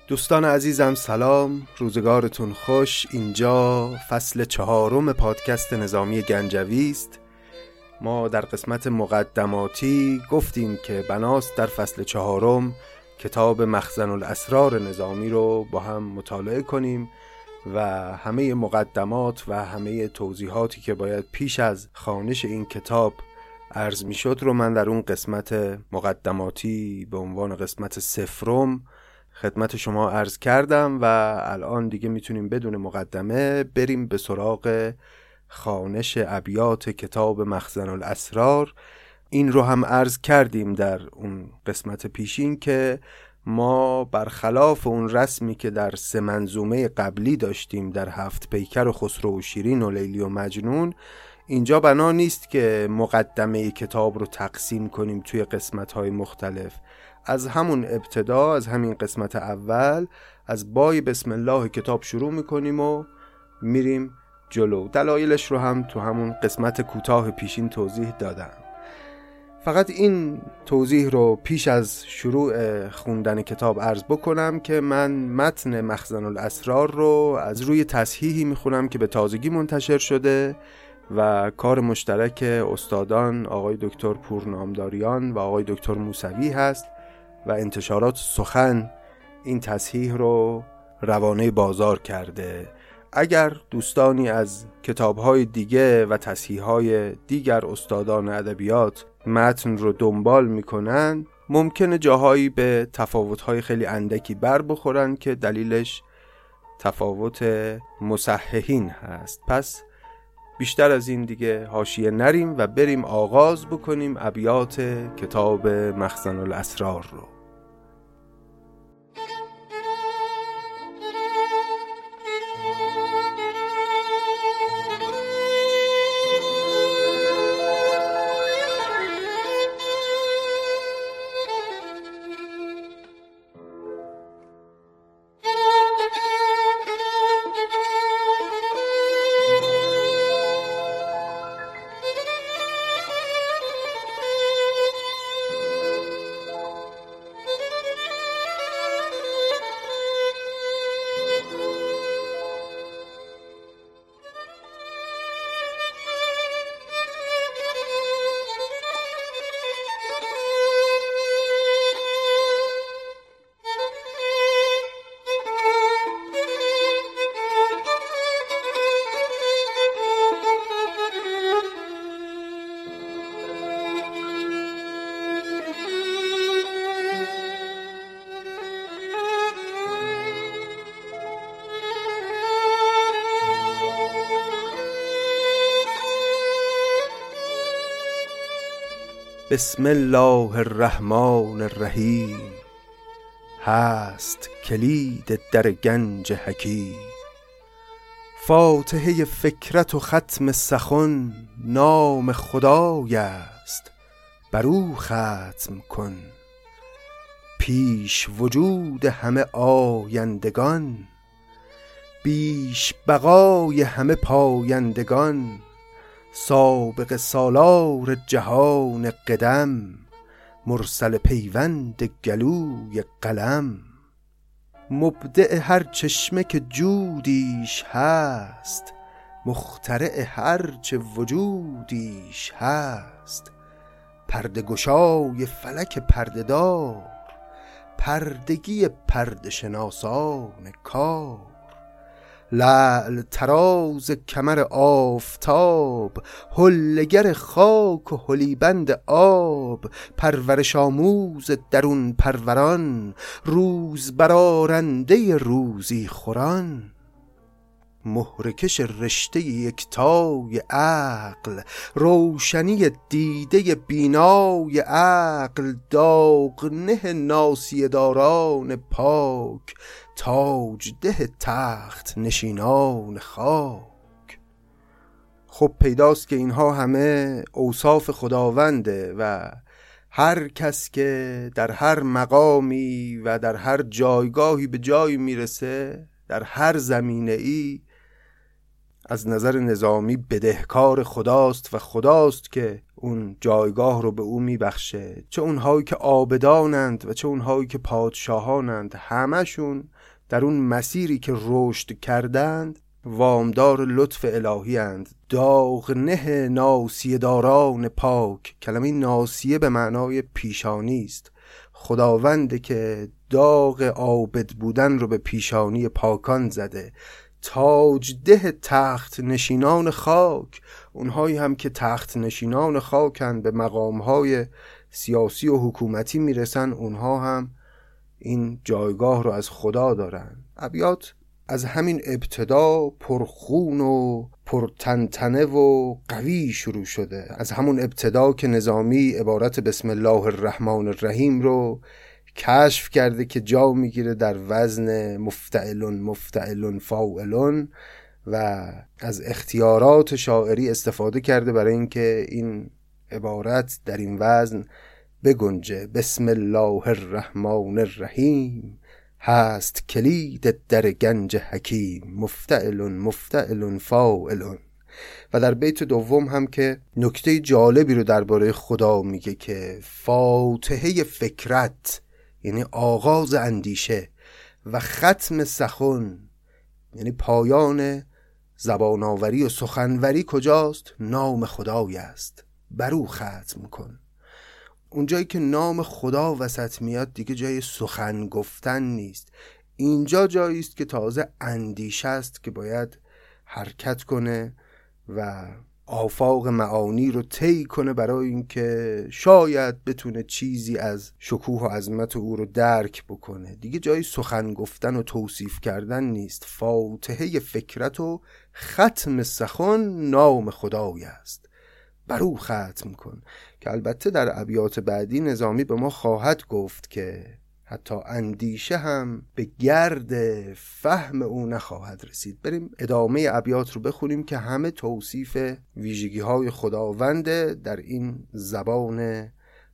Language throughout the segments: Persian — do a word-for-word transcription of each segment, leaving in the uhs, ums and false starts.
دوستان عزیزم سلام، روزگارتون خوش. اینجا فصل چهارم پادکست نظامی گنجوی است. ما در قسمت مقدماتی گفتیم که بناست در فصل چهارم کتاب مخزن الاسرار نظامی رو با هم مطالعه کنیم و همه مقدمات و همه توضیحاتی که باید پیش از خوانش این کتاب عرض می شد رو من در اون قسمت مقدماتی به عنوان قسمت صفرم خدمت شما عرض کردم و الان دیگه میتونیم بدون مقدمه بریم به سراغ خوانش ابیات کتاب مخزن الاسرار. این رو هم عرض کردیم در اون قسمت پیشین که ما برخلاف اون رسمی که در سه منظومه قبلی داشتیم در هفت پیکر و خسرو و شیرین و لیلی و مجنون، اینجا بنا نیست که مقدمه کتاب رو تقسیم کنیم توی قسمت‌های مختلف. از همون ابتدا، از همین قسمت اول، از بای بسم الله کتاب شروع میکنیم و میریم جلو. دلایلش رو هم تو همون قسمت کوتاه پیشین توضیح دادم. فقط این توضیح رو پیش از شروع خوندن کتاب عرض بکنم که من متن مخزن الاسرار رو از روی تصحیحی میخونم که به تازگی منتشر شده و کار مشترک استادان آقای دکتر پورنامداریان و آقای دکتر موسوی هست و انتشارات سخن این تصحیح رو روانه بازار کرده. اگر دوستانی از کتاب‌های دیگه و تصحیح‌های دیگر استادان ادبیات متن رو دنبال میکنن، ممکنه جاهایی به تفاوت‌های خیلی اندکی بر بخورن که دلیلش تفاوت مصححین هست. پس بیشتر از این دیگه حاشیه نریم و بریم آغاز بکنیم ابیات کتاب مخزن الاسرار رو. بسم الله الرحمن الرحیم، هست کلید در گنج حکیم. فاتحه فکرت و ختم سخن، نام خدای است برو ختم کن. پیش وجود همه آیندگان، بیش بقای همه پایندگان. سابق سالار جهان قدم، مرسل پیوند گلوی قلم. مبدع هر چشمه که جودیش هست، مخترع هر چه وجودیش هست. پرده گشای فلک پرده دار، پردگی پرده شناسان کار. لعل تراز کمر آفتاب، حلگر خاک و حلیبند آب. پرورش آموز درون پروران، روز برآرنده روزی خوران. مهرکش رشته یکتای عقل، روشنی دیده بینای عقل. داغنه ناصیه داران پاک، تاجده تخت نشینان خاک. خب پیداست که اینها همه اوصاف خداونده و هر کس که در هر مقامی و در هر جایگاهی به جایی میرسه، در هر زمینه ای، از نظر نظامی بدهکار خداست و خداست که اون جایگاه رو به او میبخشه. چه اونهایی که عابدانند و چه اونهایی که پادشاهانند، همشون در اون مسیری که رشد کردند وامدار لطف الهی اند. داغنه ناسیه داران پاک، کلمه ناسیه به معنای پیشانی است. خداونده که داغ عابد بودن رو به پیشانی پاکان زده. تاجده تخت نشینان خاک، اونهایی هم که تخت نشینان خاکن، به مقامهای سیاسی و حکومتی میرسن، اونها هم این جایگاه رو از خدا دارن. ابیات از همین ابتدا پرخون و پرتنتنه و قوی شروع شده. از همون ابتدا که نظامی عبارت بسم الله الرحمن الرحیم رو کشف کرده که جا میگیره در وزن مفتعلون مفتعلون فاعلون و از اختیارات شاعری استفاده کرده برای اینکه این عبارت در این وزن بگنجه. بسم الله الرحمن الرحیم هست کلید در گنج حکیم، مفتعلون مفتعلون فاعلون. و در بیت دوم هم که نکته جالبی رو درباره خدا میگه که فاتحه فکرت یعنی آغاز اندیشه و ختم سخن یعنی پایان زباناوری و سخنوری کجاست؟ نام خدای است، برو ختم کن. اونجایی که نام خدا وسط میاد دیگه جای سخن گفتن نیست، اینجا جایی است که تازه اندیشه است که باید حرکت کنه و آفاق معانی رو طی کنه برای اینکه شاید بتونه چیزی از شکوه و عظمت او رو درک بکنه. دیگه جای سخن گفتن و توصیف کردن نیست. فاتحه فکرت و ختم سخن نام خدای است، برو ختم کن. که البته در ابیات بعدی نظامی به ما خواهد گفت که حتی اندیشه هم به گرد فهم او نخواهد رسید. بریم ادامه ابیات رو بخونیم که همه توصیف ویژگی های خداونده در این زبان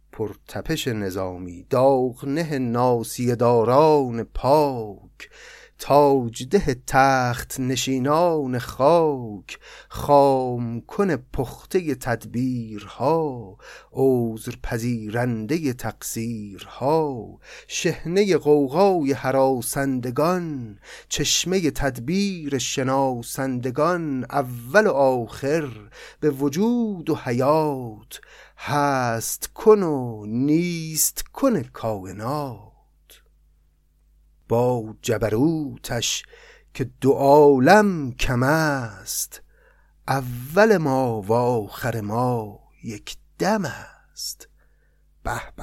پرتپش نظامی. داغنه ناسیه داران پاک، تاجده تخت نشینان خاک، خام کن پخته تدبیرها، عذر پذیرنده تقصیرها، شحنه غوغای هراسندگان، چشمه تدبیر شناسندگان، اول و آخر به وجود و حیات، هست کن و نیست کن کائنات. با جبروتش که دو عالم کم است، اول ما و آخر ما یک دم است. به به،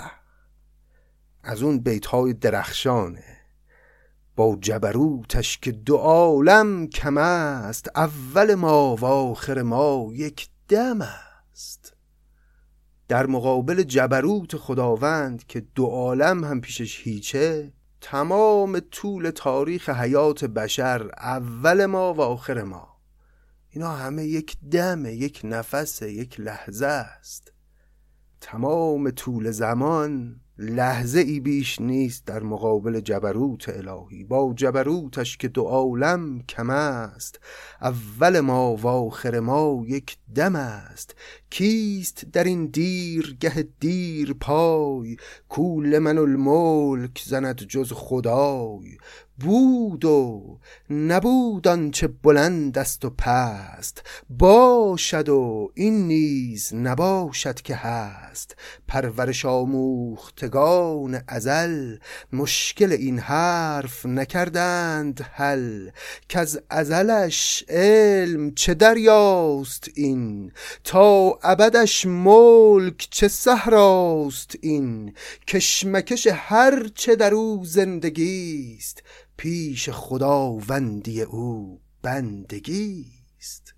از اون بیت‌های درخشانه. با جبروتش که دو عالم کم است، اول ما و آخر ما یک دم است. در مقابل جبروت خداوند که دو عالم هم پیشش هیچه، تمام طول تاریخ حیات بشر، اول ما و آخر ما، اینا همه یک دمه، یک نفسه، یک لحظه است. تمام طول زمان لحظه ای بیش نیست در مقابل جبروت الهی. با جبروتش که دو عالم کم است، اول ما و آخر ما یک دم است. کیست در این دیر گه دیر پای، کول من الملک زند جز خدای. بود و نبود آنچه بلند است و پست، باشد و این نیز نباشد که هست. پرورش آموختگان ازل، مشکل این حرف نکردند حل. که از ازلش علم چه دریاست این، تا ابدش ملک چه صحراست این. کشمکش هر چه در او زندگیست، پیش خداوندی او بندگیست.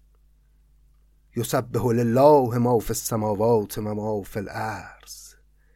یسبح لله ما فی السماوات و ما فی الارض.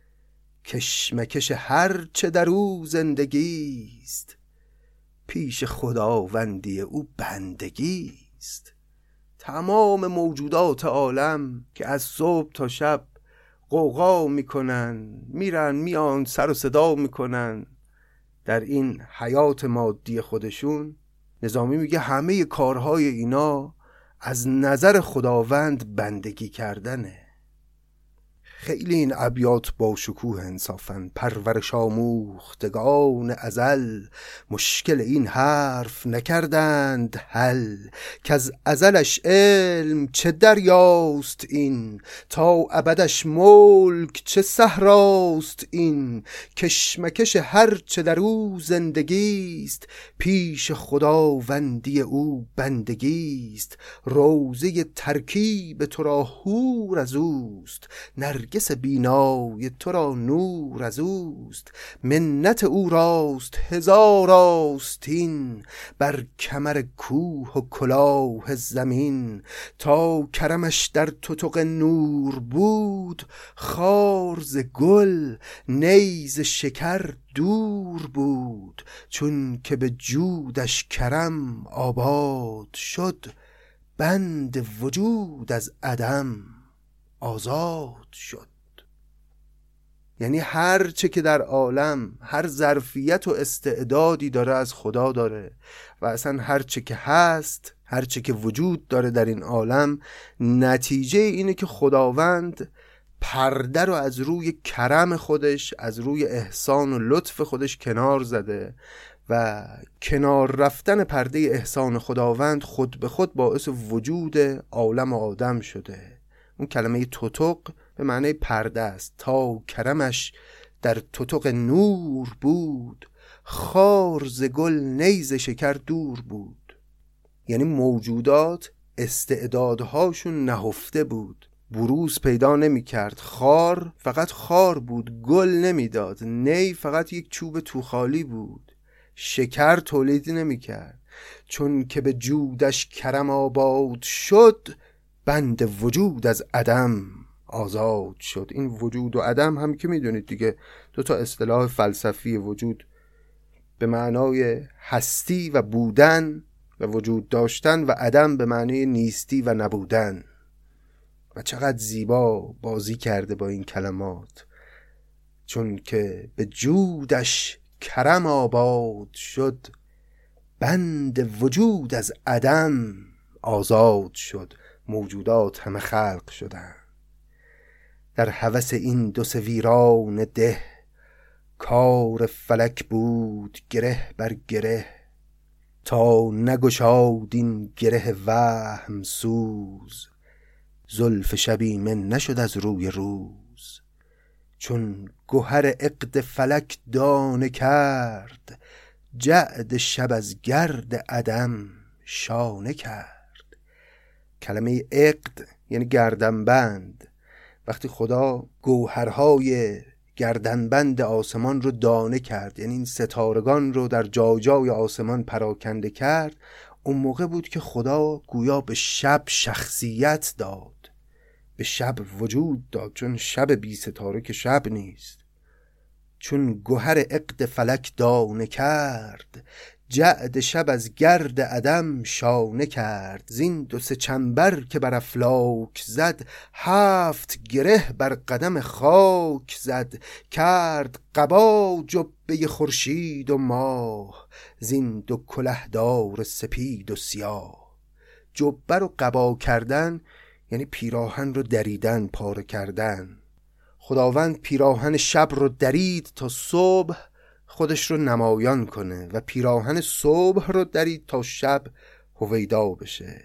کشمکش هر چه در او زندگیست، پیش خداوندی او بندگیست. تمام موجودات عالم که از صبح تا شب غوغا میکنن، میرن میان، سر و صدا میکنن در این حیات مادی خودشون، نظامی میگه همه کارهای اینا از نظر خداوند بندگی کردنه، خیلی این ابیات با شکوه انصافاً. پرورش آموختگان ازل مشکل این حرف نکردند حل، که از ازلش علم چه دریاست این، تا ابدش ملک چه صحراست این. کشمکش هر چه در او زندگیست، پیش خداوندی او بندگیست. روزه ترکیب تو را حور از اوست، نرگس بینای تو را نور از اوست. منت او راست هزار آستین، بر کمر کوه و کلاه زمین. تا کرمش در تتق نور بود، خار ز گل نی ز شکر دور بود. چون که به جودش کرم آباد شد، بند وجود از عدم آزاد شد. یعنی هر چه که در عالم، هر ظرفیت و استعدادی داره از خدا داره، و اصلا هر چه که هست، هر چه که وجود داره در این عالم، نتیجه اینه که خداوند پرده رو از روی کرم خودش، از روی احسان و لطف خودش کنار زده و کنار رفتن پرده احسان خداوند خود به خود باعث وجود عالم و آدم شده. اون کلمه تتق به معنی پرده است. تا کرمش در تتق نور بود، خار ز گل نی ز شکر دور بود. یعنی موجودات استعدادهاشون نهفته بود، بروز پیدا نمی کرد. خار فقط خار بود، گل نمی داد. نی فقط یک چوب توخالی بود، شکر تولیدی نمی کرد. چون که به جودش کرم آباد شد، بند وجود از عدم آزاد شد. این وجود و عدم هم که میدونید دیگه دو تا اصطلاح فلسفی، وجود به معنای هستی و بودن و وجود داشتن، و عدم به معنای نیستی و نبودن. و چقدر زیبا بازی کرده با این کلمات. چون که به جودش کرم آباد شد، بند وجود از عدم آزاد شد. موجودات همه خلق شدن در هوس این دو سه ویران ده. کار فلک بود گره بر گره، تا نگشاد این گره وهم سوز. زلف شبیمن نشد از روی روز، چون گوهر عقد فلک دانه کرد. جعد شب از گرد عدم شانه کرد. کلمه عقد یعنی گردنبند. وقتی خدا گوهرهای گردنبند آسمان رو دانه کرد، یعنی این ستارگان رو در جای جای آسمان پراکنده کرد، اون موقع بود که خدا گویا به شب شخصیت داد، به شب وجود داد. چون شب بی ستاره که شب نیست. چون گوهر عقد فلک دانه کرد، جعد شب از گرد عدم شانه کرد. زین دو سه چنبر که بر افلاک زد، هفت گره بر قدم خاک زد. کرد قبا جبه خورشید و ماه، زین دو کلهدار سپید و سیاه. جبه رو قبا کردن یعنی پیراهن رو دریدن، پاره کردن. خداوند پیراهن شب رو درید تا صبح خودش رو نمایان کنه، و پیراهن صبح رو درید تا شب هویدا بشه.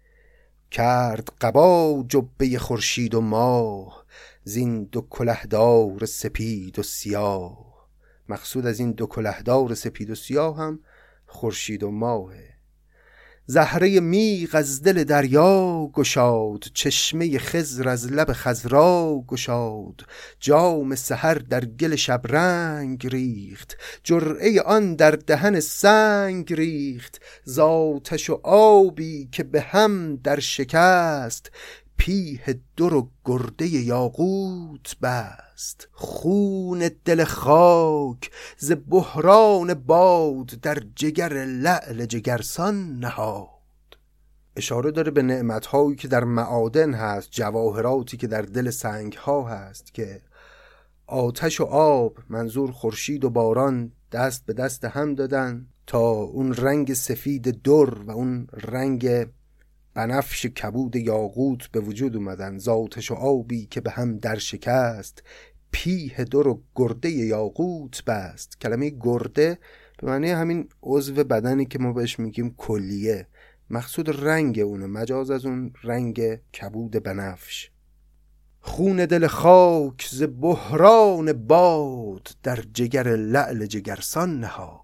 کرد قبا جبه خورشید و ماه، زین دو کلهدار سپید و سیاه. مقصود از این دو کلهدار سپید و سیاه هم خورشید و ماهه. زهره میغ از دل دریا گشاد، چشمه خضر از لب خضرا گشاد. جام سحر در گل شبرنگ ریخت، جرعه آن در دهن سنگ ریخت. زآتش و آبی که به هم در شکست، پیه در و گرده یاقوت بست. خون دل خاک ز بحران باد، در جگر لعل جگرسان نهاد. اشاره داره به نعمت‌هایی که در معادن هست، جواهراتی که در دل سنگ‌ها هست، که آتش و آب، منظور خورشید و باران، دست به دست هم دادن تا اون رنگ سفید در و اون رنگ بنفش کبود یاقوت به وجود اومدن، ذاتش و آبی که به هم در شکست، پیه در و گرده یاقوت بست. کلمه گرده به معنی همین عضو بدنی که ما بهش میگیم کلیه، مقصود رنگ اونه، مجاز از اون رنگ کبود بنفش. خون دل خاک ز بحران باد، در جگر لعل جگرسان نهاد.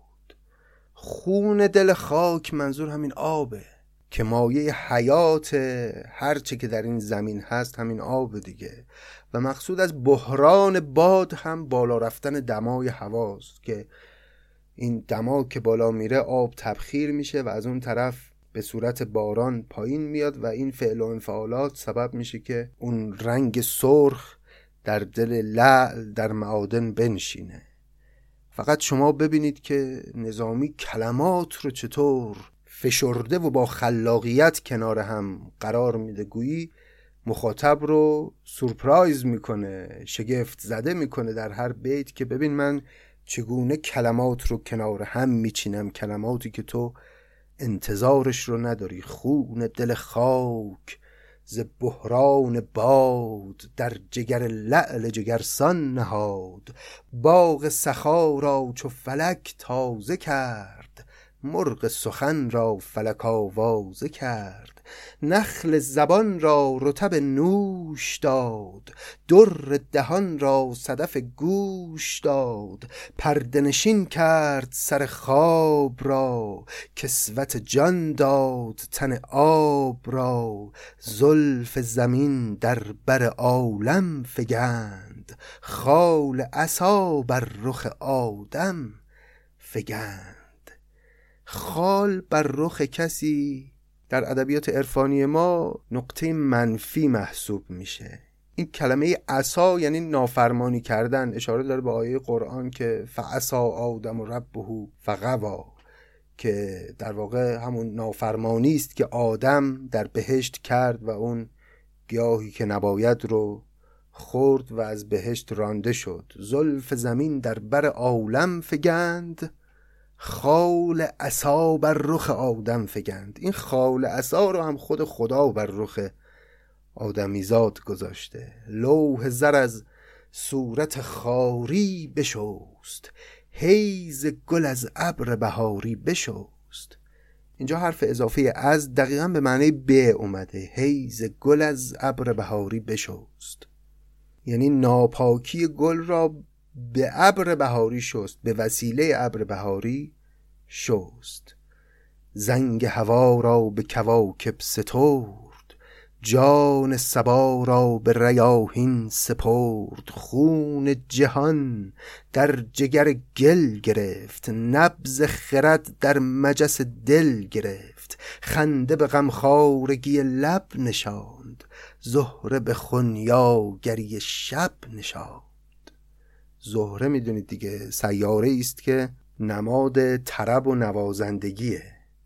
خون دل خاک منظور همین آبه که مایه حیات هرچه که در این زمین هست همین آب دیگه. و مقصود از بحران باد هم بالا رفتن دمای هواست که این دما که بالا میره آب تبخیر میشه و از اون طرف به صورت باران پایین میاد و این فعل و انفعالات سبب میشه که اون رنگ سرخ در دل لعل در معادن بنشینه. فقط شما ببینید که نظامی کلمات رو چطور فشرده و با خلاقیت کنار هم قرار میده، گویی مخاطب رو سورپرایز میکنه، شگفت زده میکنه در هر بیت که ببین من چگونه کلمات رو کنار هم میچینم، کلماتی که تو انتظارش رو نداری. خون دل خاک ز بحران باد، در جگر لعل جگرسان نهاد. باغ سخا را چو فلک تازه کرد، مرغ سخن را فلک آوازه کرد. نخل زبان را رطب نوش داد، در دهان را صدف گوش داد. پرده نشین کرد سر خواب را، کسوت جان داد تن آب را. زلف زمین در بر عالم فگند، خال عصا بر رخ آدم فگند. خال بر رخ کسی در ادبیات عرفانی ما نقطه منفی محسوب میشه. این کلمه عصا یعنی نافرمانی کردن، اشاره داره به آیه قرآن که فعصا آدم ربه فغوا، که در واقع همون نافرمانی است که آدم در بهشت کرد و اون گیاهی که نباید رو خورد و از بهشت رانده شد. زلف زمین در بر عالم فگند، خال عصا بر رخ آدم فگند. این خال عصا رو هم خود خدا بر رخ آدمیزاد گذاشته. لوح زر از صورت خاری بشست، حیز گل از ابر بهاری بشست. اینجا حرف اضافه از دقیقاً به معنی به اومده، حیز گل از ابر بهاری بشست، یعنی ناپاکی گل را به ابر بهاری شست، به وسیله ابر بهاری شست. زنگ هوا را به کواکب سترد، جان صبا را به ریاحین سپرد. خون جهان در جگر گل گرفت، نبض خرد در مجس دل گرفت. خنده به غمخوارگی لب نشاند، زهره به خنیاگری شب نشاند. زهره میدونید دیگه سیاره است که نماد طرب و نوازندگیه.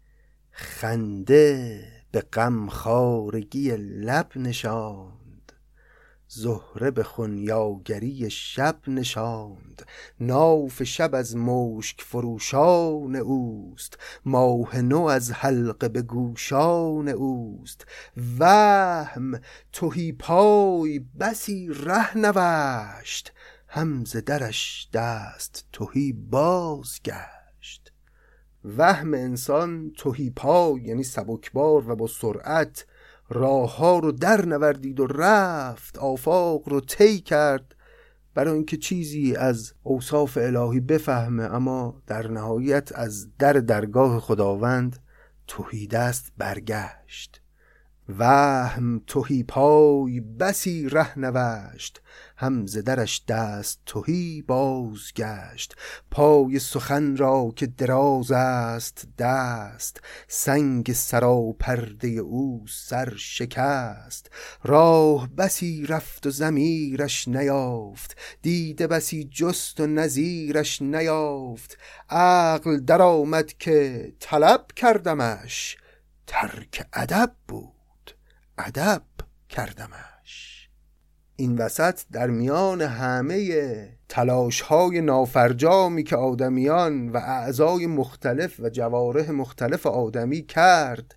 خنده به غمخوارگی لب نشاند، زهره به خنیاگری شب نشاند. ناف شب از مشک فروشان اوست، ماه نو از حلقه به گوشان اوست. وهم تهی پای بسی ره نوشت، هم ز درش دست تهی باز گشت. وهم انسان تهی پای یعنی سبکبار و با سرعت راه ها رو در نوردید و رفت، آفاق رو طی کرد برای اینکه چیزی از اوصاف الهی بفهمه، اما در نهایت از در درگاه خداوند تهی دست برگشت. وهم تهی پای بسی ره نوشت، هم ز درش دست تهی بازگشت. پای سخن را که دراز است دست، سنگ سراپرده او سر شکست. راه بسی رفت و ضمیرش نیافت، دیده بسی جست و نظیرش نیافت. عقل در آمد که طلب کردمش، ترک ادب بود ادب کردمش. این وسط در میان همه تلاش‌های نافرجامی که آدمیان و اعضای مختلف و جوارح مختلف آدمی کرد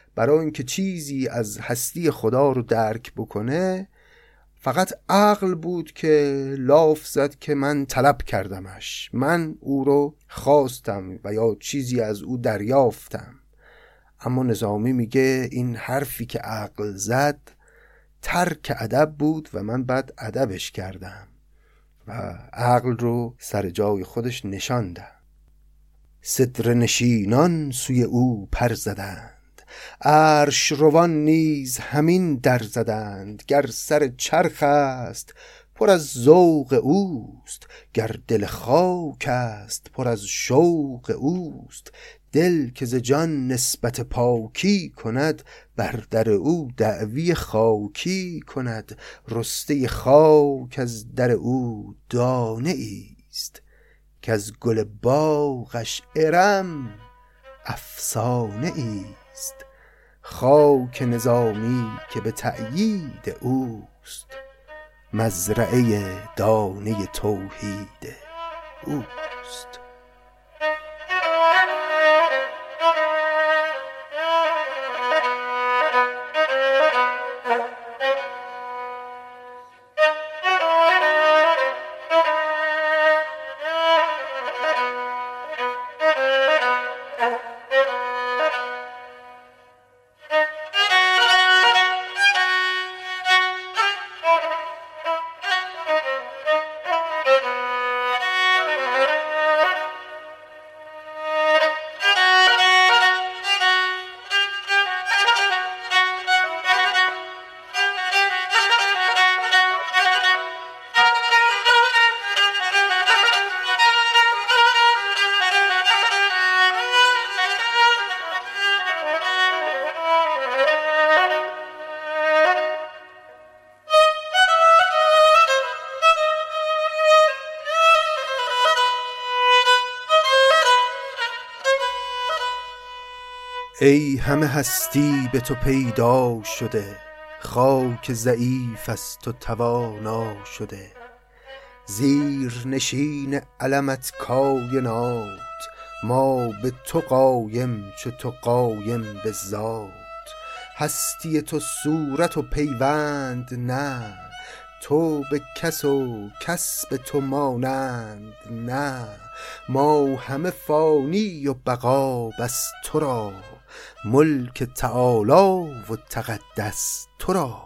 برای اینکه چیزی از هستی خدا رو درک بکنه فقط عقل بود که لاف زد که من طلب کردمش، من او رو خواستم و یا چیزی از او دریافتم. اما نظامی میگه این حرفی که عقل زد ترک ادب بود و من بعد ادبش کردم و عقل رو سر جای خودش نشاندم. صدر نشینان سوی او پر زدند، عرش روان نیز همین در زدند. گر سر چرخ است پر از ذوق اوست، گر دل خاک است پر از شوق اوست. دل که ز جان نسبت پاکی کند، بر در او دعوی خاکی کند. رسته خاک از در او دانه ایست، که از گل باغش ارم افسانه ایست. خاک نظامی که به تأیید اوست، مزرعه دانه توحید اوست. ای همه هستی به تو پیدا شده، خاک ضعیف است و توانا شده. زیر نشین علمت کائنات، ما به تو قایم چو تو قایم به ذات. هستی تو صورت و پیوند نه، تو به کس و کس به تو مانند نه. ما همه فانی و بقا بس تو را، ملک تعالی و تقدس تو را.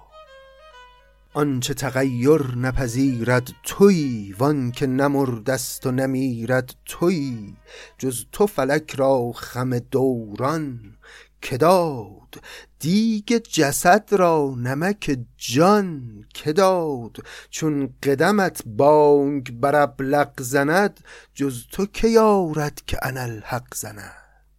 آنچه تغییر نپذیرد تویی، وان که نمردست و نمیرد تویی. جز تو فلک را خم دوران که داد، دیگ جسد را نمک جان که داد. چون قدمت بانگ بر ابلق زند، جز تو که یارد که اناالحق زند.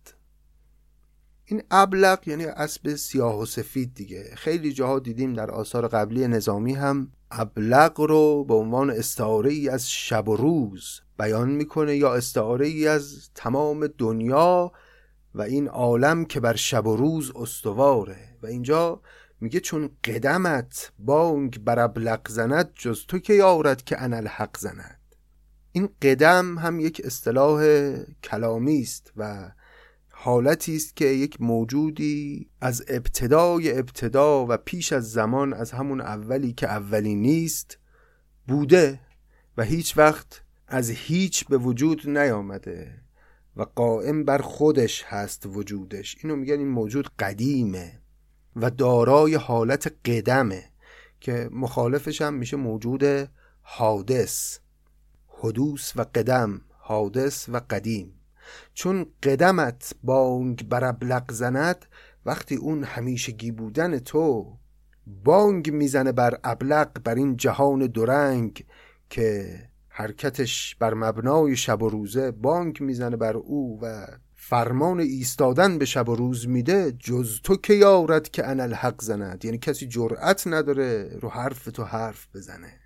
این ابلق یعنی اسب سیاه و سفید دیگه. خیلی جاها دیدیم در آثار قبلی نظامی هم ابلق رو به عنوان استعاره ای از شب و روز بیان میکنه، یا استعاره ای از تمام دنیا و این عالم که بر شب و روز استواره. و اینجا میگه چون قدمت بانگ بر ابلق زند، جز تو که یارد که اناالحق زند. این قدم هم یک اصطلاح کلامی است و حالتی است که یک موجودی از ابتدای ابتدا و پیش از زمان، از همون اولی که اولی نیست بوده و هیچ وقت از هیچ به وجود نیامده و قائم بر خودش هست وجودش. اینو میگن این موجود قدیمه و دارای حالت قدمه، که مخالفش هم میشه موجود حادث. حدوث و قدم، حادث و قدیم. چون قدمت بانگ بر ابلق زند، وقتی اون همیشگی بودن تو بانگ میزنه بر ابلق، بر این جهان دورنگ که حرکتش بر مبنای شب و روزه، بانگ میزنه بر او و فرمان ایستادن به شب و روز میده، جز تو که یارد که اناالحق زند. یعنی کسی جرأت نداره رو حرف تو حرف بزنه.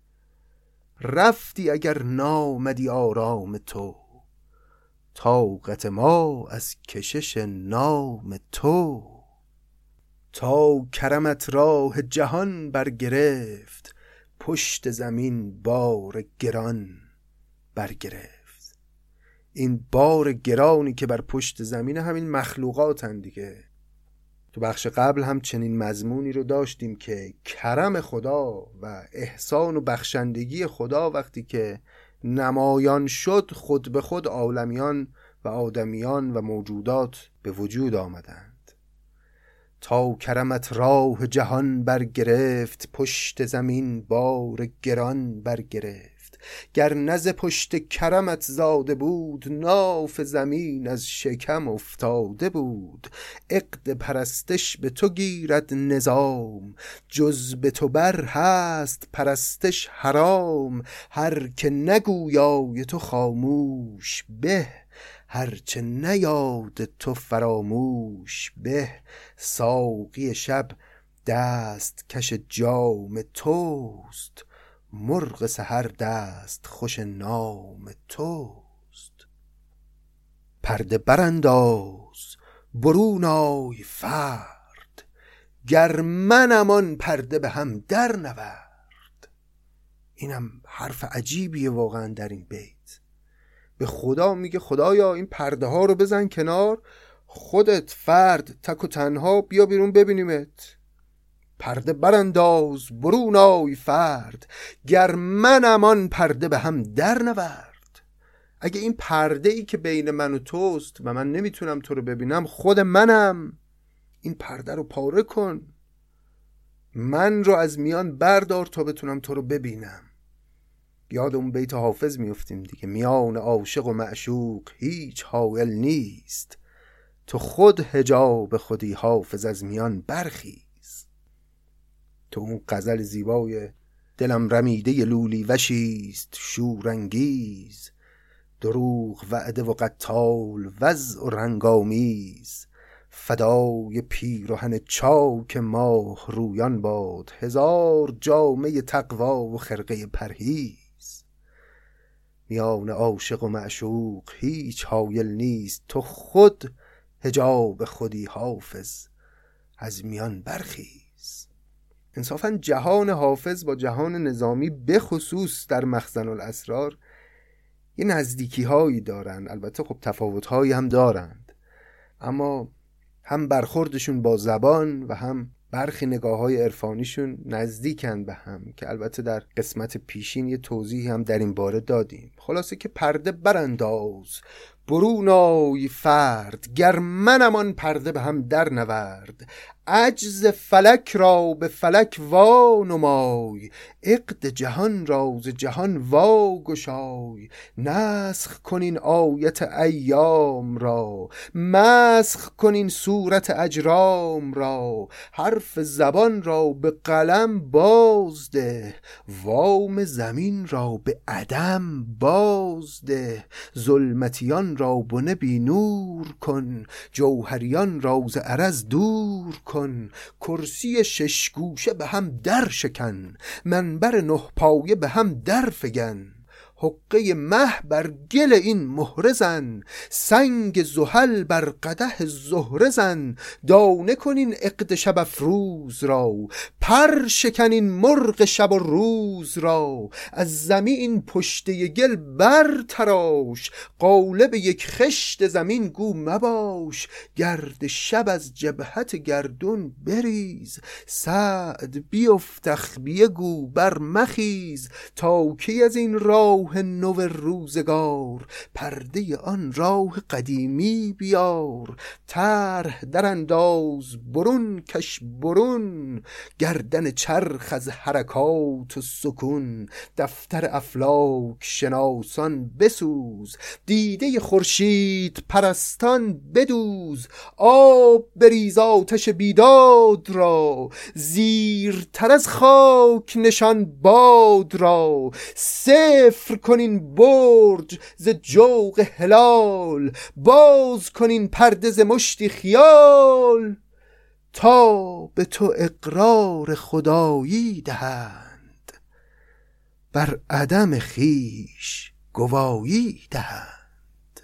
رفتی اگر نامدی آرام تو، طاقت ما از کشش نام تو. تا کرمت راه جهان برگرفت، پشت زمین بار گران برگرفت. این بار گرانی که بر پشت زمین همین مخلوقاتن دیگه. تو بخش قبل هم چنین مضمونی رو داشتیم که کرم خدا و احسان و بخشندگی خدا وقتی که نمایان شد، خود به خود عالمیان و آدمیان و موجودات به وجود آمدند. تا کرمت راه جهان برگرفت، پشت زمین بار گران برگرفت. گر نز پشت کرمت زاده بود، ناف زمین از شکم افتاده بود. عقد پرستش به تو گیرد نظام، جز به تو بر هست پرستش حرام. هر که نگویای تو خاموش به، هرچه نیاد تو فراموش به. ساقی شب دست کش جام توست، مرغ سحر دست خوش نام توست. پرده برانداز برون آی فرد، گر منم آن پرده به هم در نورد. اینم حرف عجیبیه واقعا در این بیت. به خدا میگه خدایا این پرده ها رو بزن کنار، خودت فرد تک و تنها بیا بیرون ببینیمت. پرده برانداز برون آی فرد، گر منم آن پرده به هم در نورد. اگه این پرده ای که بین من و توست و من نمیتونم تو رو ببینم خود منم، این پرده رو پاره کن، من رو از میان بردار تا بتونم تو رو ببینم. یاد اون بیت حافظ میفتیم دیگه، میان عاشق و معشوق هیچ حائل نیست، تو خود حجاب خودی حافظ از میان برخیز. تو اون غزل زیبای دلم رمیده لولی وشیست شورانگیز، دروغ وعده و قتال وضع و رنگامیز. فدای پیرهن چاک ماه رویان باد، هزار جامه تقوا و خرقه پرهیز. میان عاشق و معشوق هیچ حایل نیست، تو خود حجاب خودی حافظ از میان برخیز. انصافاً جهان حافظ با جهان نظامی به خصوص در مخزن الاسرار یه نزدیکی هایی دارن، البته خب تفاوت هایی هم دارند، اما هم برخوردشون با زبان و هم برخی نگاه های عرفانیشون نزدیکن به هم که البته در قسمت پیشین یه توضیح هم در این باره دادیم. خلاصه که پرده برانداز برون آی فرد، گر منم آن پرده به هم در نورد. عجز فلک را به فلک وا نمای، عقد جهان را ز جهان وا گشای. نسخ کنین آیت ایام را، مسخ کنین صورت اجرام را. حرف زبان را به قلم بازده، وام زمین را به عدم بازده. ظلمتیان را بنه بی نور کن، جوهریان را ز عرض دور کن. کرسی شش گوشه به هم در شکن، منبر نه پایه به هم در فگن. حقه مه بر گل این مهره زن، سنگ زحل بر قدح زهره زن. دانه کنین عقد شب افروز را، پر شکنین مرغ شب و روز را. از زمین پشته گل بر تراش، قالب یک خشت زمین گو مباش. گرد شب از جبهت گردون بریز، سعد بیفت اخبیه گو بر مخیز. تا کی از این راه نو روزگار، پرده آن راه قدیمی بیار. طرح در انداز برون کش برون، گردن چرخ از حرکات و سکون. دفتر افلاک شناسان بسوز، دیده خورشید پرستان بدوز. آب بریز آتش بیداد را، زیرتر از خاک نشان باد را. صفر کنین برج ز جوق هلال، باز کنین پرده ز مشتی خیال. تا به تو اقرار خدایی دهند، بر عدم خویش گوایی دهند.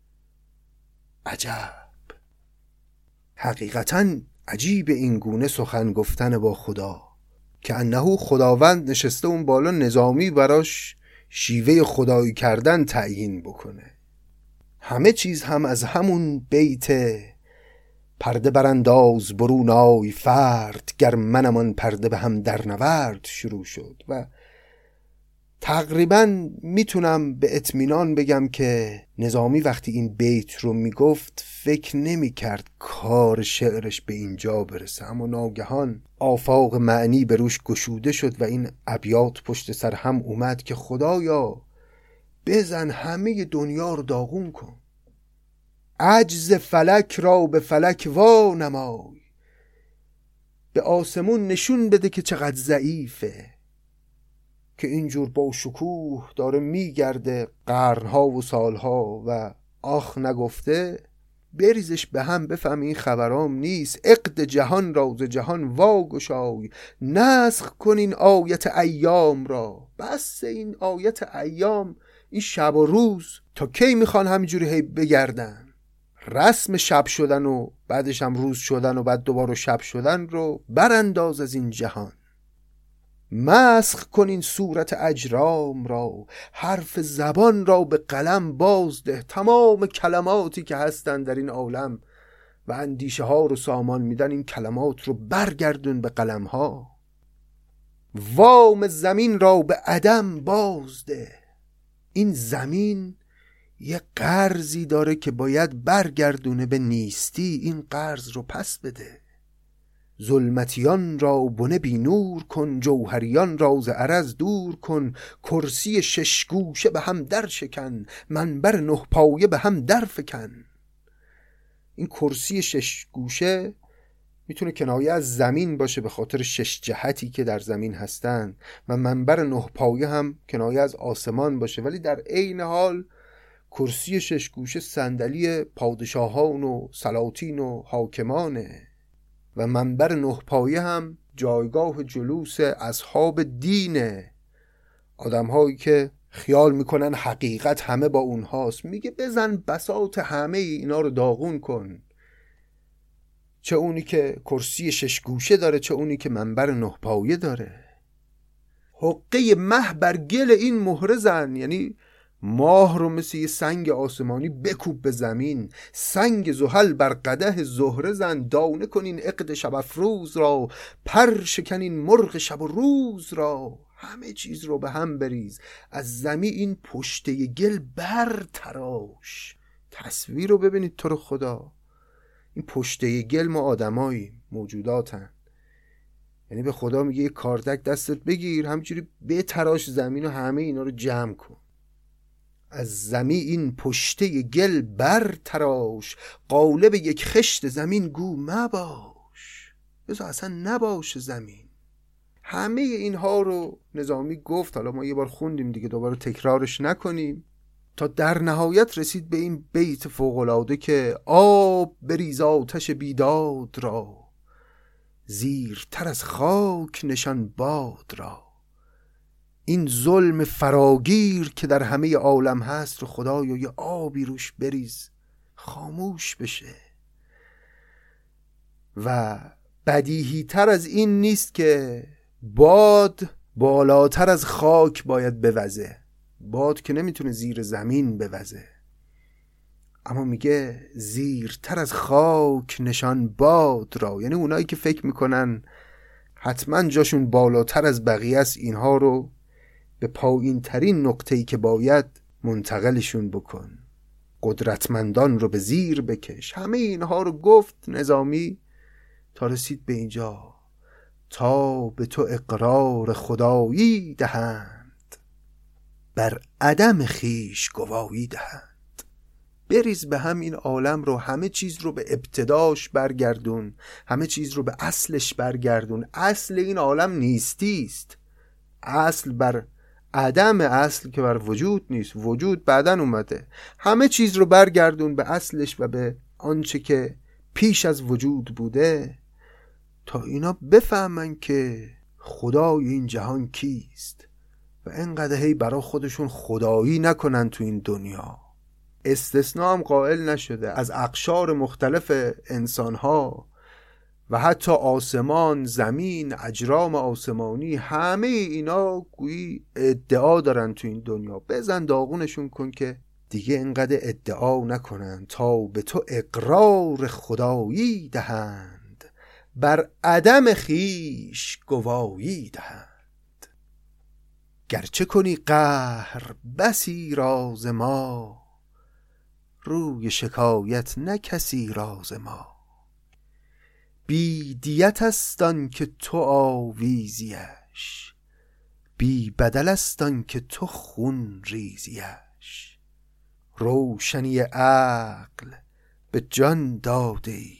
عجب، حقیقتاً عجیب این گونه سخن گفتن با خدا که انه خداوند نشسته اون بالا نظامی براش شیوه خدایی کردن تعیین بکنه. همه چیز هم از همون بیت پرده برانداز برون آی فرد، گر منم آن پرده به هم در نورد شروع شد. و تقریبا میتونم به اطمینان بگم که نظامی وقتی این بیت رو میگفت فکر نمیکرد کار شعرش به اینجا برسه، اما ناگهان آفاق معنی به روش گشوده شد و این ابیات پشت سر هم اومد که خدایا بزن همه دنیا رو داغون کن، عجز فلک را به فلک وا نمای، به آسمون نشون بده که چقدر ضعیفه، که اینجور با شکوه داره میگرده قرنها و سالها و آخ نگفته. بریزش به هم بفهم این خبرام نیست، عقد جهان را ز جهان واگشای، نسخ کن این آیت ایام را. بس این آیت ایام، این شب و روز تا کی میخوان همینجوری هی بگردن؟ رسم شب شدن و بعدش هم روز شدن و بعد دوباره شب شدن رو برانداز از این جهان. مسخ کن این صورت اجرام را، حرف زبان را به قلم بازده، تمام کلماتی که هستن در این عالم و اندیشه ها رو سامان میدن، این کلمات رو برگردون به قلم ها. وام زمین را به عدم بازده، این زمین یه قرضی داره که باید برگردونه به نیستی، این قرض رو پس بده. ظلمتیان را بنه بی نور کن، جوهریان را ز عرض دور کن، کرسی شش گوشه به هم در شکن، منبر نه پایه به هم در فکن. این کرسی شش گوشه میتونه کنایه از زمین باشه به خاطر شش جهتی که در زمین هستن و منبر نه پایه هم کنایه از آسمان باشه، ولی در عین حال کرسی شش گوشه صندلی پادشاهان و سلاطین و حاکمانه و منبر نه پایه هم جایگاه جلوس اصحاب دینه، آدم هایی که خیال میکنن حقیقت همه با اونهاست. میگه بزن بساط همه اینا رو داغون کن، چه اونی که کرسی شش گوشه داره چه اونی که منبر نه پایه داره. حقه مه بر گل این مهره زن، یعنی ماه رو مثل یه سنگ آسمانی بکوب به زمین، سنگ زحل بر قدح زهره زن، دانه کنین عقد شب افروز را، پر شکنین مرغ شب و روز را. همه چیز رو به هم بریز، از زمین این پشته گل بر تراش. تصویر رو ببینید تو رو خدا، این پشته گل ما آدمایی موجوداتن، یعنی به خدا میگه یه کاردک دستت بگیر همینجوری به تراش زمین و همه اینا رو جمع کن. از زمین این پشته گل بر تراش، قالب یک خشت زمین گو مباش، بذار اصلا نباشه زمین. همه اینها رو نظامی گفت، حالا ما یه بار خوندیم دیگه دوباره تکرارش نکنیم، تا در نهایت رسید به این بیت فوق‌العاده که آب بریز آتش بیداد را، زیرتر از خاک نشان باد را. این ظلم فراگیر که در همه عالم هست رو خدایا یه آبی روش بریز خاموش بشه. و بدیهی تر از این نیست که باد بالاتر از خاک باید بوزه. باد که نمیتونه زیر زمین بوزه، اما میگه زیرتر از خاک نشان باد را، یعنی اونایی که فکر میکنن حتما جاشون بالاتر از بقیه است، اینها رو به پایین ترین نقطه‌ای که باید منتقلشون بکن. قدرتمندان رو به زیر بکش. همه اینها رو گفت نظامی تا رسید به اینجا، تا به تو اقرار خدایی دهند، بر عدم خیش گواهی دهند. بریز به هم این عالم رو، همه چیز رو به ابتداش برگردون، همه چیز رو به اصلش برگردون. اصل این عالم نیستیست، اصل بر عدم، اصل که بر وجود نیست، وجود بعدن اومده. همه چیز رو برگردون به اصلش و به آنچه که پیش از وجود بوده، تا اینا بفهمن که خدای این جهان کیست و اینقدر هی برای خودشون خدایی نکنن تو این دنیا. استثناء هم قائل نشده، از اقشار مختلف انسانها و حتی آسمان، زمین، اجرام آسمانی، همه اینا گویی ادعا دارن تو این دنیا. بزن داغونشون کن که دیگه اینقدر ادعا نکنند تا به تو اقرار خدایی دهند، بر عدم خیش گوایی دهند. گرچه کنی قهر بسی راز ما، روی شکایت نه کسی راز ما. بی دیت است آن که تو آویزیش، بی بدل است آن که تو خون ریزیش. روشنی عقل به جان داده ای،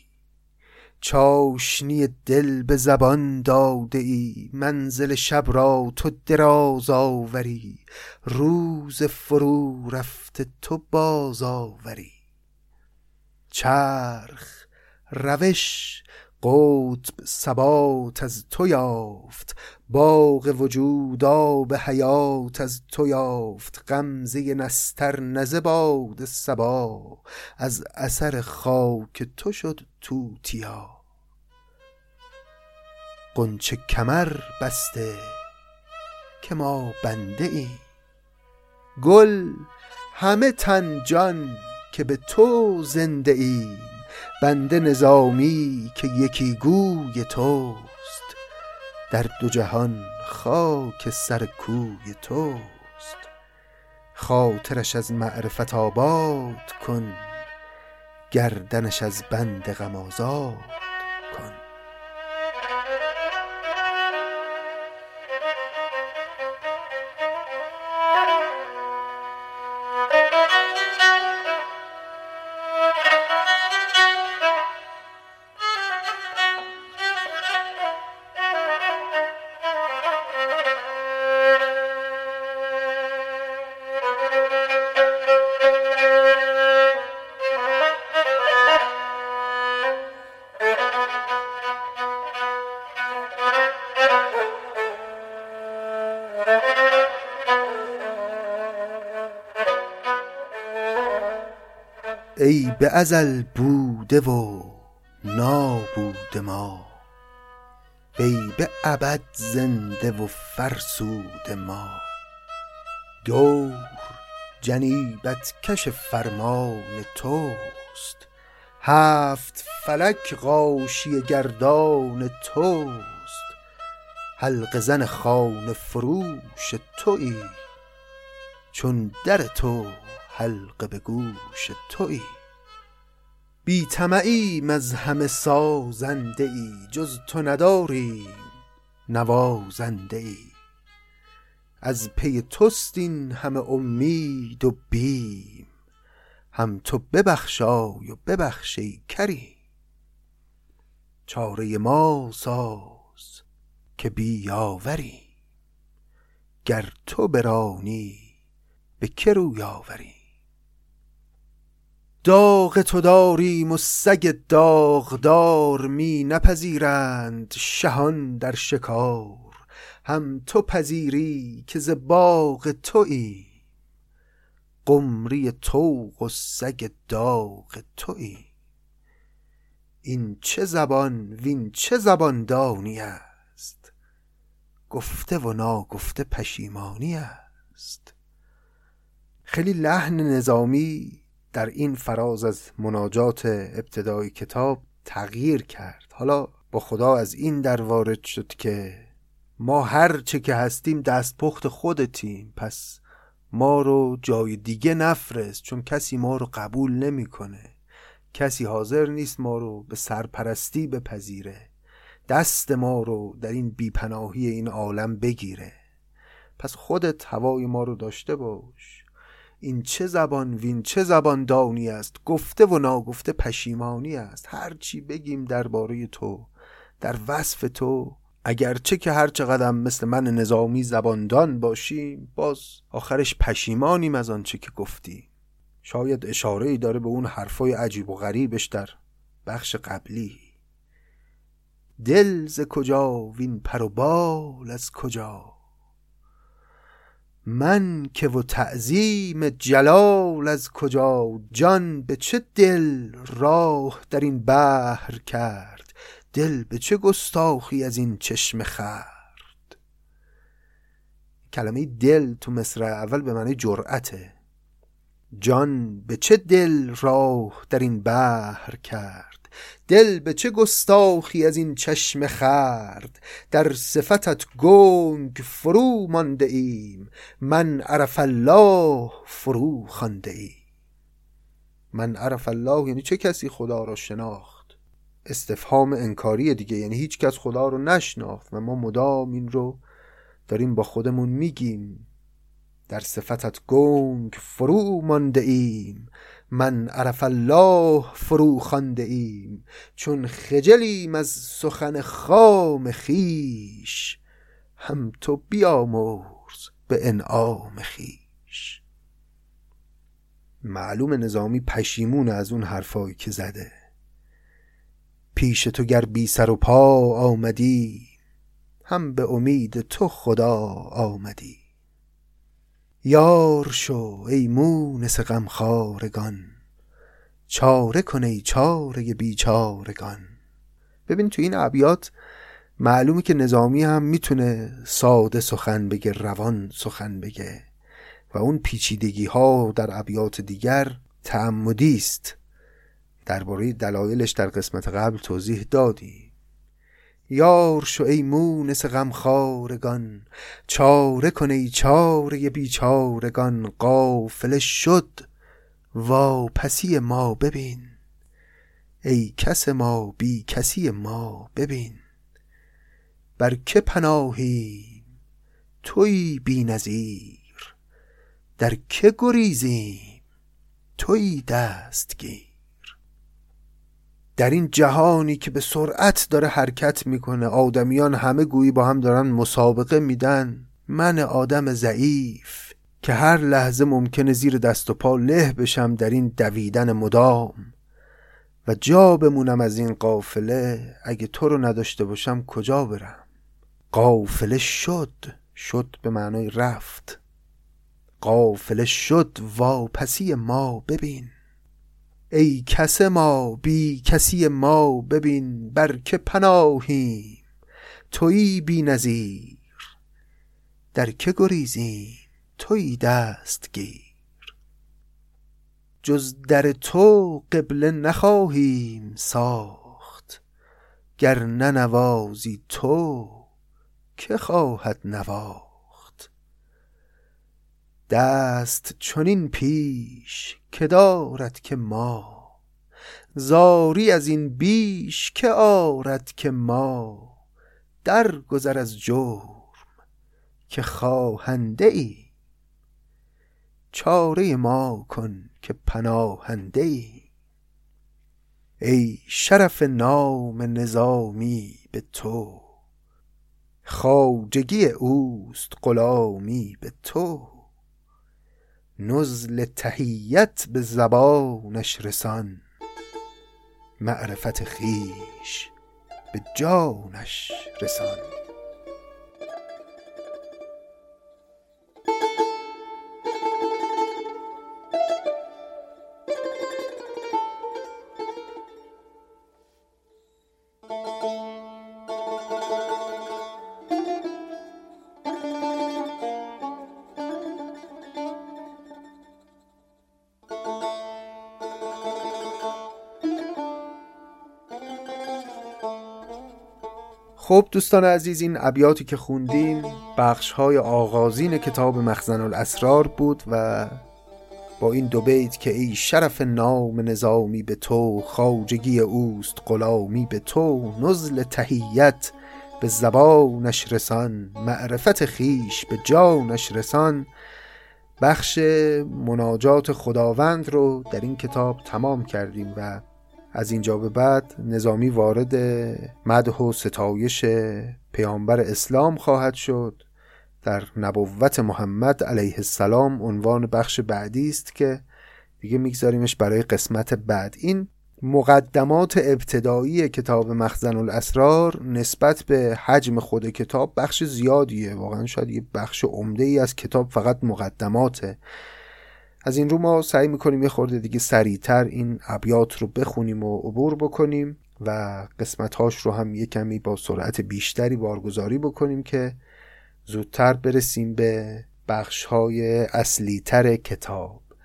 چاشنی دل به زبان داده ای. منزل شب را تو دراز آوری، روز فرو رفته تو باز آوری. چرخ روش قطب ثبات از تو یافت، باغ وجود آب حیات از تو یافت. غمزه نستر نزه باد صبا، از اثر خاک تو شد توتیا. غنچه کمر بسته که ما بنده ایم، گل همه تن جان که به تو زنده ایم. بنده نظامی که یکی گوی توست، در دو جهان خاک سر کوی توست. خاطرش از معرفت آباد کن، گردنش از بند غم آزاد کن. ای به ازل بوده و نابوده ما، ای به ابد زنده و فرسوده ما. دور جنیبت کش فرمان توست، هفت فلک غاشیه گردان توست. حلقه زن خانه فروش تویی، چون در تو حلقه به گوش تویی. بی طمعیم از همه سازنده ای، جز تو نداریم نوازنده ای. از پی توست این همه امید و بیم، هم تو ببخشای و ببخش ای کریم. چاره ما ساز که بی یاوری، گر تو برانی به که روی آوری. داغ تو داریم و سگ داغدار، می نپذیرند شهان در شکار. هم تو پذیری که ز باغ تویی، قمری طوق و سگ داغ تویی. این چه زبان وین چه زبان دانی است، گفته و ناگفته پشیمانی است. خیلی لحن نظامی در این فراز از مناجات ابتدای کتاب تغییر کرد. حالا با خدا از این در وارد شد که ما هر چه که هستیم دستپخت خودتیم، پس ما رو جای دیگه نفرست، چون کسی ما رو قبول نمیکنه. کسی حاضر نیست ما رو به سرپرستی بپذیره، دست ما رو در این بیپناهی این عالم بگیره. پس خودت هوای ما رو داشته باش. این چه زبان وین چه زبان دانی است، گفته و ناگفته پشیمانی است. هر چی بگیم درباره تو، در وصف تو، اگرچه که هر چقدر مثل من نظامی زباندان باشیم، باز آخرش پشیمانیم از آنچه که گفتیم. شاید اشاره‌ای داره به اون حرفای عجیب و غریبش در بخش قبلی. دل ز کجا وین پر و بال از کجا، من که و تعظیم جلال از کجا. جان به چه دل راه در این بحر کرد، دل به چه گستاخی از این چشم خورد. کلمه دل تو مصرع اول به معنی جرأته. جان به چه دل راه در این بحر کرد، دل به چه گستاخی از این چشم خورد. در صفتت گنگ فرو مانده ایم، من عرف الله فرو خوانده ایم. من عرف الله یعنی چه کسی خدا را شناخت؟ استفهام انکاری دیگه، یعنی هیچ کس خدا رو نشناخت و ما مدام این رو داریم با خودمون میگیم. در صفتت گنگ فرو مانده ایم، من عرف الله فرو خوانده ایم. چون خجلیم از سخن خام خویش، هم تو بیامرز به انعام خویش. معلوم نظامی پشیمون از اون حرفایی که زده. پیش تو گر بی سر و پا آمدی، هم به امید تو خدا آمدی. یار شو ای مونس غمخوارگان، چاره کن ای چاره بیچارگان. ببین تو این ابیات معلومه که نظامی هم میتونه ساده سخن بگه، روان سخن بگه و اون پیچیدگی ها در ابیات دیگر تعمدی است. درباره دلایلش در قسمت قبل توضیح دادی. یار شو ای مونس غمخوارگان، چاره کن ای چاره بیچارگان. قافله شد واپسی ما ببین، ای کس ما بی کسی ما ببین. بر که پناهیم تویی بی نظیر، در که گریزیم تویی دستگیر. در این جهانی که به سرعت داره حرکت میکنه، آدمیان همه گویی با هم دارن مسابقه میدن، من آدم ضعیف که هر لحظه ممکنه زیر دست و پا له بشم در این دویدن مدام و جا بمونم از این قافله. اگه تو رو نداشته باشم کجا برم؟ قافله شد، شد به معنای رفت. قافله شد واپسی ما ببین، ای کس ما بی کسی ما ببین. بر که پناهیم تویی بی نظیر، در که گریزیم تویی دستگیر. جز در تو قبله نخواهیم ساخت، گر ننوازی تو که خواهد نواخت. دست چنین پیش که دارد که ما، زاری از این بیش که آرد که ما. در گذر از جرم که خواهنده ای، چاره ما کن که پناهنده ای. ای شرف نام نظامی به تو، خواجگی اوست غلامی به تو. نزل تحیت به زبانش رسان، معرفت خویش به جانش رسان. خب دوستان عزیز، این ابیاتی که خوندیم بخش‌های آغازین کتاب مخزن الاسرار بود و با این دو بیت که ای شرف نام نظامی به تو، خواجگی اوست غلامی به تو. نزل تحیت به زبانش رسان، معرفت خیش به جانش رسان. بخش مناجات خداوند رو در این کتاب تمام کردیم و از اینجا به بعد نظامی وارد مدح و ستایش پیامبر اسلام خواهد شد. در نبوت محمد علیه السلام عنوان بخش بعدی است که دیگه میگذاریمش برای قسمت بعد. این مقدمات ابتدایی کتاب مخزن الاسرار نسبت به حجم خود کتاب بخش زیادیه، واقعا شاید یه بخش عمده ای از کتاب فقط مقدماته. از این رو ما سعی میکنیم یه خورده دیگه سریعتر این ابیات رو بخونیم و عبور بکنیم و قسمت‌هاش رو هم یه کمی با سرعت بیشتری بارگذاری بکنیم که زودتر برسیم به بخش‌های اصلی‌تر کتاب.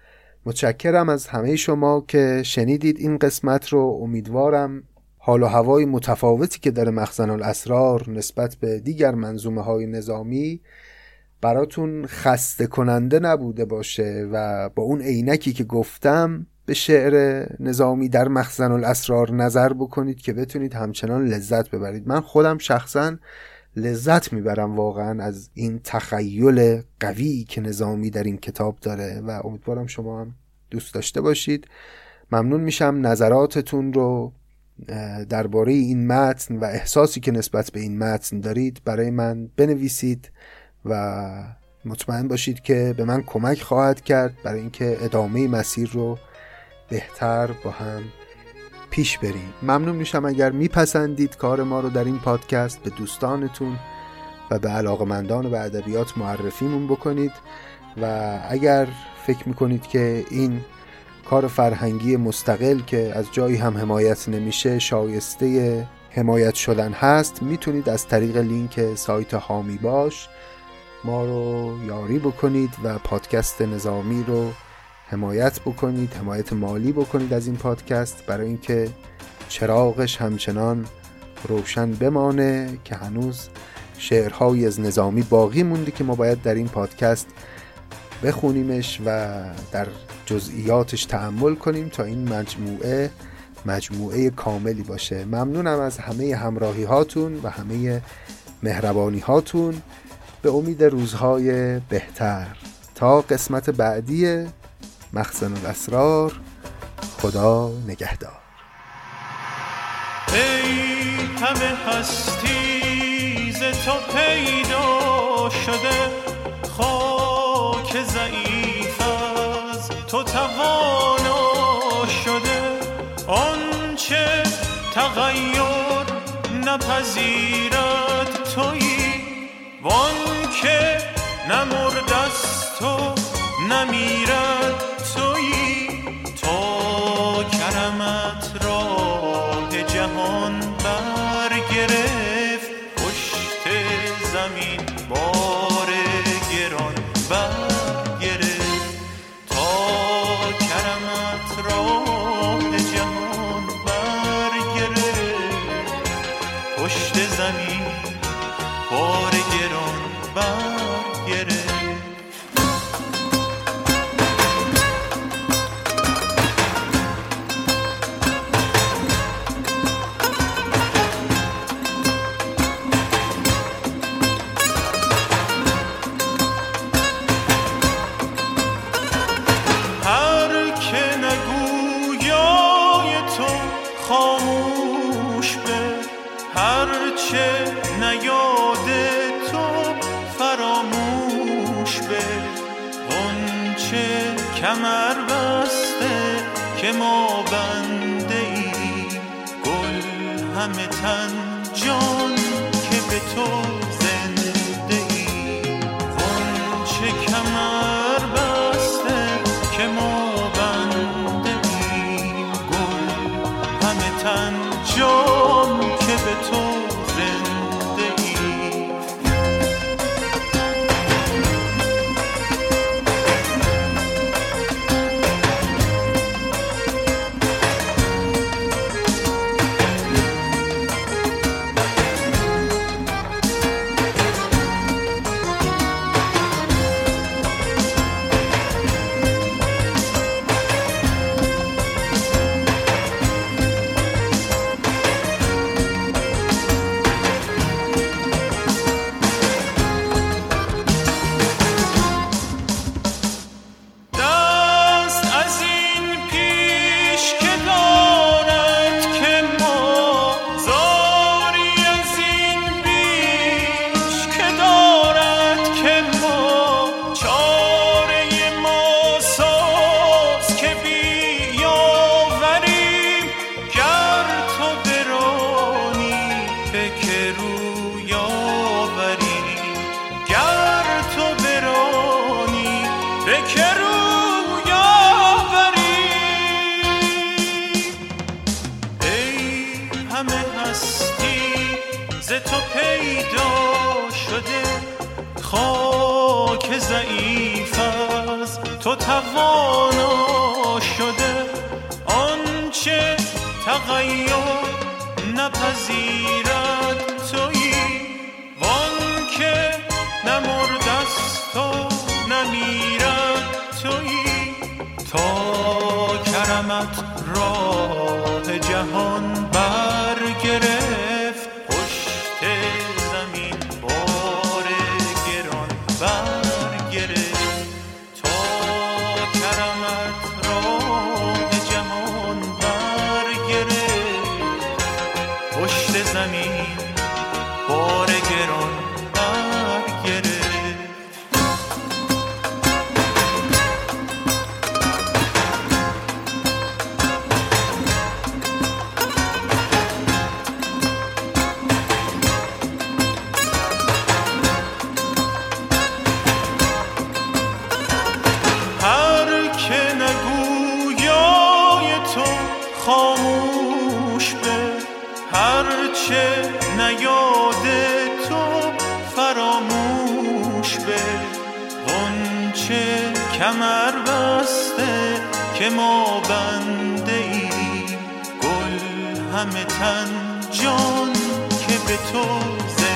متشکرم از همه شما که شنیدید این قسمت رو. امیدوارم حال و هوای متفاوتی که داره مخزن الاسرار نسبت به دیگر منظومه های نظامی براتون خسته کننده نبوده باشه و با اون عینکی که گفتم به شعر نظامی در مخزن الاسرار نظر بکنید که بتونید همچنان لذت ببرید. من خودم شخصا لذت میبرم واقعا از این تخیل قوی که نظامی در این کتاب داره و امیدوارم شما هم دوست داشته باشید. ممنون میشم نظراتتون رو درباره این متن و احساسی که نسبت به این متن دارید برای من بنویسید و مطمئن باشید که به من کمک خواهد کرد برای اینکه ادامه مسیر رو بهتر با هم پیش بریم. ممنون میشم اگر میپسندید کار ما رو در این پادکست به دوستانتون و به علاقه‌مندان به ادبیات معرفیمون بکنید و اگر فکر میکنید که این کار فرهنگی مستقل که از جایی هم حمایت نمیشه شایسته حمایت شدن هست، میتونید از طریق لینک سایت حامی باش ما رو یاری بکنید و پادکست نظامی رو حمایت بکنید، حمایت مالی بکنید از این پادکست برای اینکه چراغش همچنان روشن بمانه که هنوز شعرهایی از نظامی باقی مونده که ما باید در این پادکست بخونیمش و در جزئیاتش تأمل کنیم تا این مجموعه مجموعه کاملی باشه. ممنونم از همه همراهی هاتون و همه مهربانی هاتون. به امید روزهای بهتر. تا قسمت بعدی مخزن الاسرار، خدا نگهدار. ای همه هستی ز تو پیدا شده، خاک ضعیف از تو توانا شده. آنچه تغییر نپذیرد تویی، وانکه نمردست و نمیرد تویی. تا کرمت راه جهان برگرفت، پشت زمین بار گران برگرفت. تا کرمت راه جهان برگرفت، پشت زمین بار گران برگرفت. خاموش به هرچه نیاد تو فراموش به. غنچه کمر بسته که ما بنده ای، گل همه تن جان که به تو زنده ای. غنچه کمر بسته که ما جان که به تو زنده ای. خاک ضعیف از تو توانا آنچه تغییر نپذیرد تویی، وانکه نمردست و نمیرد تویی. تا کرمت راه جهان برگرفت، پشت زمین بار گران برگرفت. تا کرمت راه جهان برگرفت، پشت زمین بار گران برگرفت. خاموش به هرچه نیاد تو فراموش به، غنچه کمر بسته که ما بنده ای، گل همه تن جان که به تو